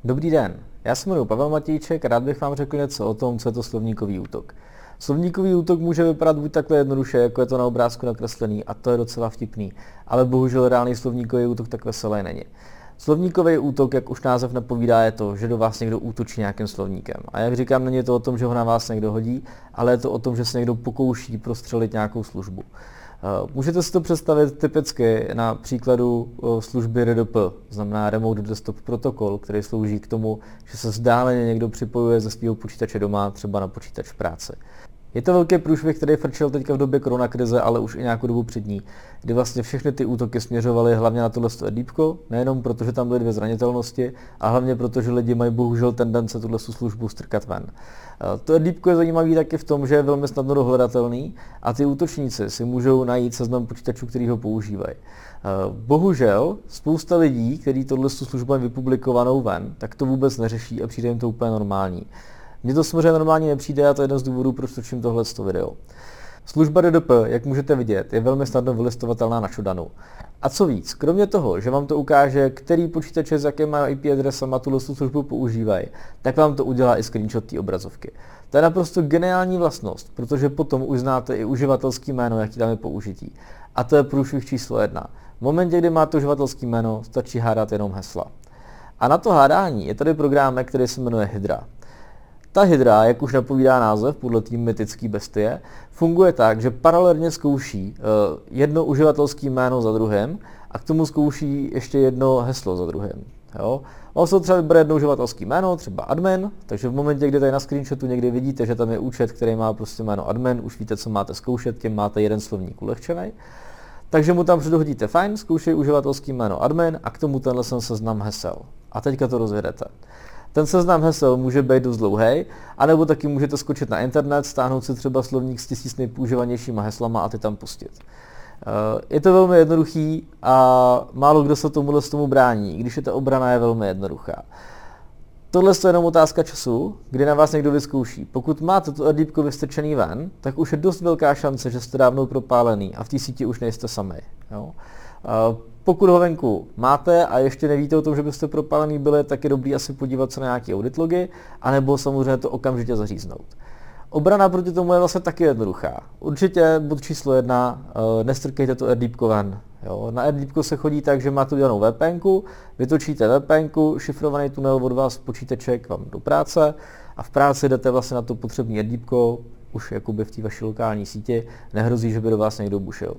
Dobrý den, já se jmenuji Pavel Matějček a rád bych vám řekl něco o tom, co je to slovníkový útok. Slovníkový útok může vypadat buď takhle jednoduše, jako je to na obrázku nakreslený, a to je docela vtipný, ale bohužel reálný slovníkový útok tak veselý není. Slovníkový útok, jak už název napovídá, je to, že do vás někdo útočí nějakým slovníkem. A jak říkám, není to o tom, že ho na vás někdo hodí, ale je to o tom, že se někdo pokouší prostřelit nějakou službu. Můžete si to představit typicky na příkladu služby RDP, znamená Remote Desktop Protocol, který slouží k tomu, že se vzdáleně někdo připojuje ze svého počítače doma, třeba na počítač v práci. Je to velký průšvih, který frčel teďka v době koronakrize, ale už i nějakou dobu před ní, kdy vlastně všechny ty útoky směřovaly hlavně na tohle rdípko, nejenom proto, že tam byly dvě zranitelnosti, a hlavně proto, že lidi mají bohužel tendence tuhle službu strkat ven. To rdípko je zajímavý taky v tom, že je velmi snadno dohledatelný a ty útočníci si můžou najít seznam počítačů, který ho používají. Bohužel spousta lidí, kteří tohle službu mají vypublikovanou ven, tak to vůbec neřeší a přijde jim to úplně normální. Mně to samozřejmě normálně nepřijde a to je jeden z důvodů, proč točím tohle video. Služba RDP, jak můžete vidět, je velmi snadno vylistovatelná na Shodanu. A co víc, kromě toho, že vám to ukáže, který počítače s jakýma IP adresama tuhle službu používají, tak vám to udělá i screenshot té obrazovky. To je naprosto geniální vlastnost, protože potom už znáte i uživatelský jméno, jaký tam je použití. A to je průšvih číslo 1. V momentě, kdy máte uživatelský jméno, stačí hádat jenom hesla. A na to hádání je tady program, který se jmenuje Hydra. Ta Hydra, jak už napovídá název podle té mytické bestie, funguje tak, že paralelně zkouší jedno uživatelské jméno za druhým a k tomu zkouší ještě jedno heslo za druhým. Jo? On se třeba vybere jedno uživatelské jméno, třeba admin, takže v momentě, kdy tady na screenshotu někdy vidíte, že tam je účet, který má prostě jméno admin, už víte, co máte zkoušet, tím máte jeden slovník ulehčený. Takže mu tam předhodíte fajn, zkoušej uživatelský jméno admin a k tomu tenhle seznam hesel. A teďka to rozjedete. Ten seznam hesel může být dost dlouhý, anebo taky můžete skočit na internet, stáhnout si třeba slovník s 1000 nejpoužívanějšíma heslama a ty tam pustit. Je to velmi jednoduchý a málo kdo se tomu brání, když ta obrana je velmi jednoduchá. Tohle je jenom otázka času, kdy na vás někdo vyzkouší. Pokud máte to rdípko vystrčený ven, tak už je dost velká šance, že jste dávno propálený a v té síti už nejste sami. Jo? Pokud ho venku máte a ještě nevíte o tom, že byste propálený byli, tak je dobrý asi podívat se na nějaké audit logy, anebo samozřejmě to okamžitě zaříznout. Obrana proti tomu je vlastně taky jednoduchá. Určitě bod číslo 1, nestrkejte to rdípko ven. Jo? Na rdípko se chodí tak, že máte udělanou VPNku, vytočíte VPNku, šifrovaný tunel od vás počítaček vám do práce a v práci jdete vlastně na to potřebné rdípko, už jakoby v té vaší lokální síti, nehrozí, že by do vás někdo bušil.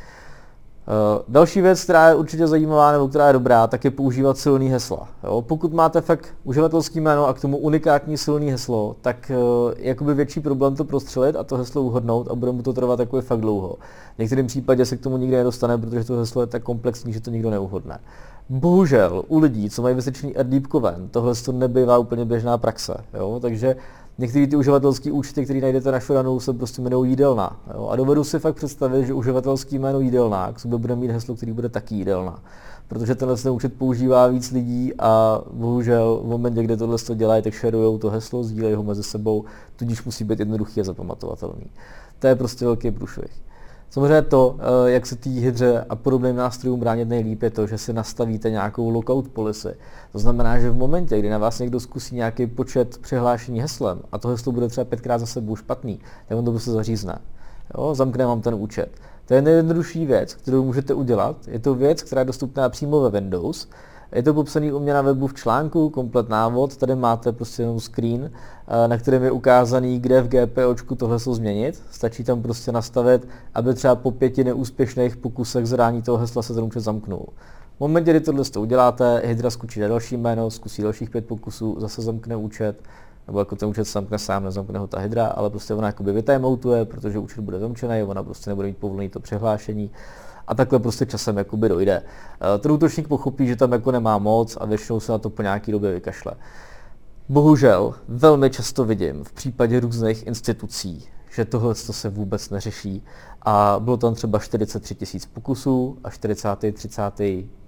Další věc, která je určitě zajímavá nebo která je dobrá, tak je používat silný hesla. Jo? Pokud máte fakt uživatelský jméno a k tomu unikátní silný heslo, tak je jakoby větší problém to prostřelit a to heslo uhodnout a bude mu to trvat jako fakt dlouho. V některém případě se k tomu nikdy nedostane, protože to heslo je tak komplexní, že to nikdo neuhodne. Bohužel u lidí, co mají vysyčený rdípko ven, tohle to nebývá úplně běžná praxe. Jo? Takže některé ty uživatelské účty, které najdete na Shodanu, se prostě jmenují jídelna. Jo? A dovedu si fakt představit, že uživatelský jméno jídelna k sobě bude mít heslo, který bude taky jídelna. Protože tenhle účet používá víc lidí a bohužel v momentě, kdy tohle dělají, tak sharujou to heslo, sdílejí ho mezi sebou, tudíž musí být jednoduchý a zapamatovatelný. To je prostě velký průšvih. Samozřejmě to, jak se té hydře a podobným nástrojům bránit nejlíp, je to, že si nastavíte nějakou lockout policy. To znamená, že v momentě, kdy na vás někdo zkusí nějaký počet přihlášení heslem a to heslo bude třeba 5krát za sebou špatný, tak on to prostě zařízne. Jo, zamkne vám ten účet. To je nejjednodušší věc, kterou můžete udělat. Je to věc, která je dostupná přímo ve Windows. Je to popsaný u mě na webu v článku, komplet návod, tady máte prostě jenom screen, na kterém je ukázaný, kde v GPOčku tohle heslo změnit. Stačí tam prostě nastavit, aby třeba po 5 neúspěšných pokusech zrání toho hesla se ten účet zamknul. V momentě, kdy tohle uděláte, Hydra skočí na další jméno, zkusí dalších 5 pokusů, zase zamkne účet, nebo jako ten účet zamkne sám, nezamkne ho ta Hydra, ale prostě ona jakoby vytimeoutuje, protože účet bude zamčený, ona prostě nebude mít povolený to přihlášení. A takhle prostě časem jakoby dojde. Ten útočník pochopí, že tam jako nemá moc a většinou se na to po nějaký době vykašle. Bohužel velmi často vidím v případě různých institucí, že tohle se vůbec neřeší a bylo tam třeba 43 000 pokusů a 30.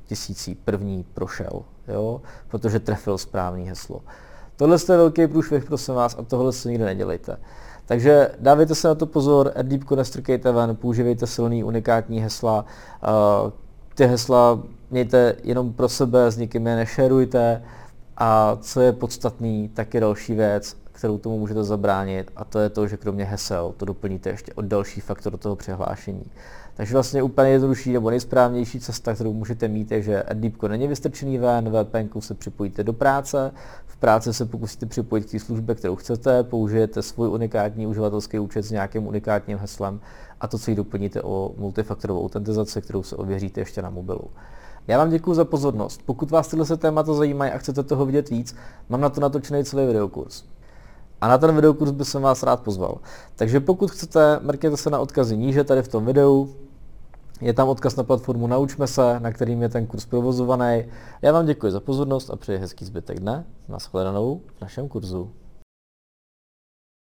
první prošel, jo? Protože trefil správný heslo. Tohle je velký průšvih, prosím vás, a tohle se nikdy nedělejte. Takže dávejte se na to pozor, rdípko nestrkejte ven, používejte silný, unikátní hesla. Ty hesla mějte jenom pro sebe, s nikým je nešerujte A co je podstatný, tak je další věc, kterou tomu můžete zabránit, a to je to, že kromě hesel to doplníte ještě o další faktor toho přihlášení. Takže vlastně úplně jednodušší nebo nejsprávnější cesta, kterou můžete mít, je, že AdLeapko není vystrčený ven, VPNku se připojíte do práce, v práci se pokusíte připojit k té službě, kterou chcete, použijete svůj unikátní uživatelský účet s nějakým unikátním heslem a to, co ji doplníte o multifaktorovou autentizaci, kterou se ověříte ještě na mobilu. Já vám děkuji za pozornost. Pokud vás tyhle témata zajímají a chcete toho vidět víc, mám na to natočený celý videokurs. A na ten videokurs bych jsem vás rád pozval. Takže pokud chcete, mrkněte se na odkazy níže tady v tom videu. Je tam odkaz na platformu Naučme se, na kterým je ten kurz provozovaný. Já vám děkuji za pozornost a přeji hezký zbytek dne. Naschledanou v našem kurzu.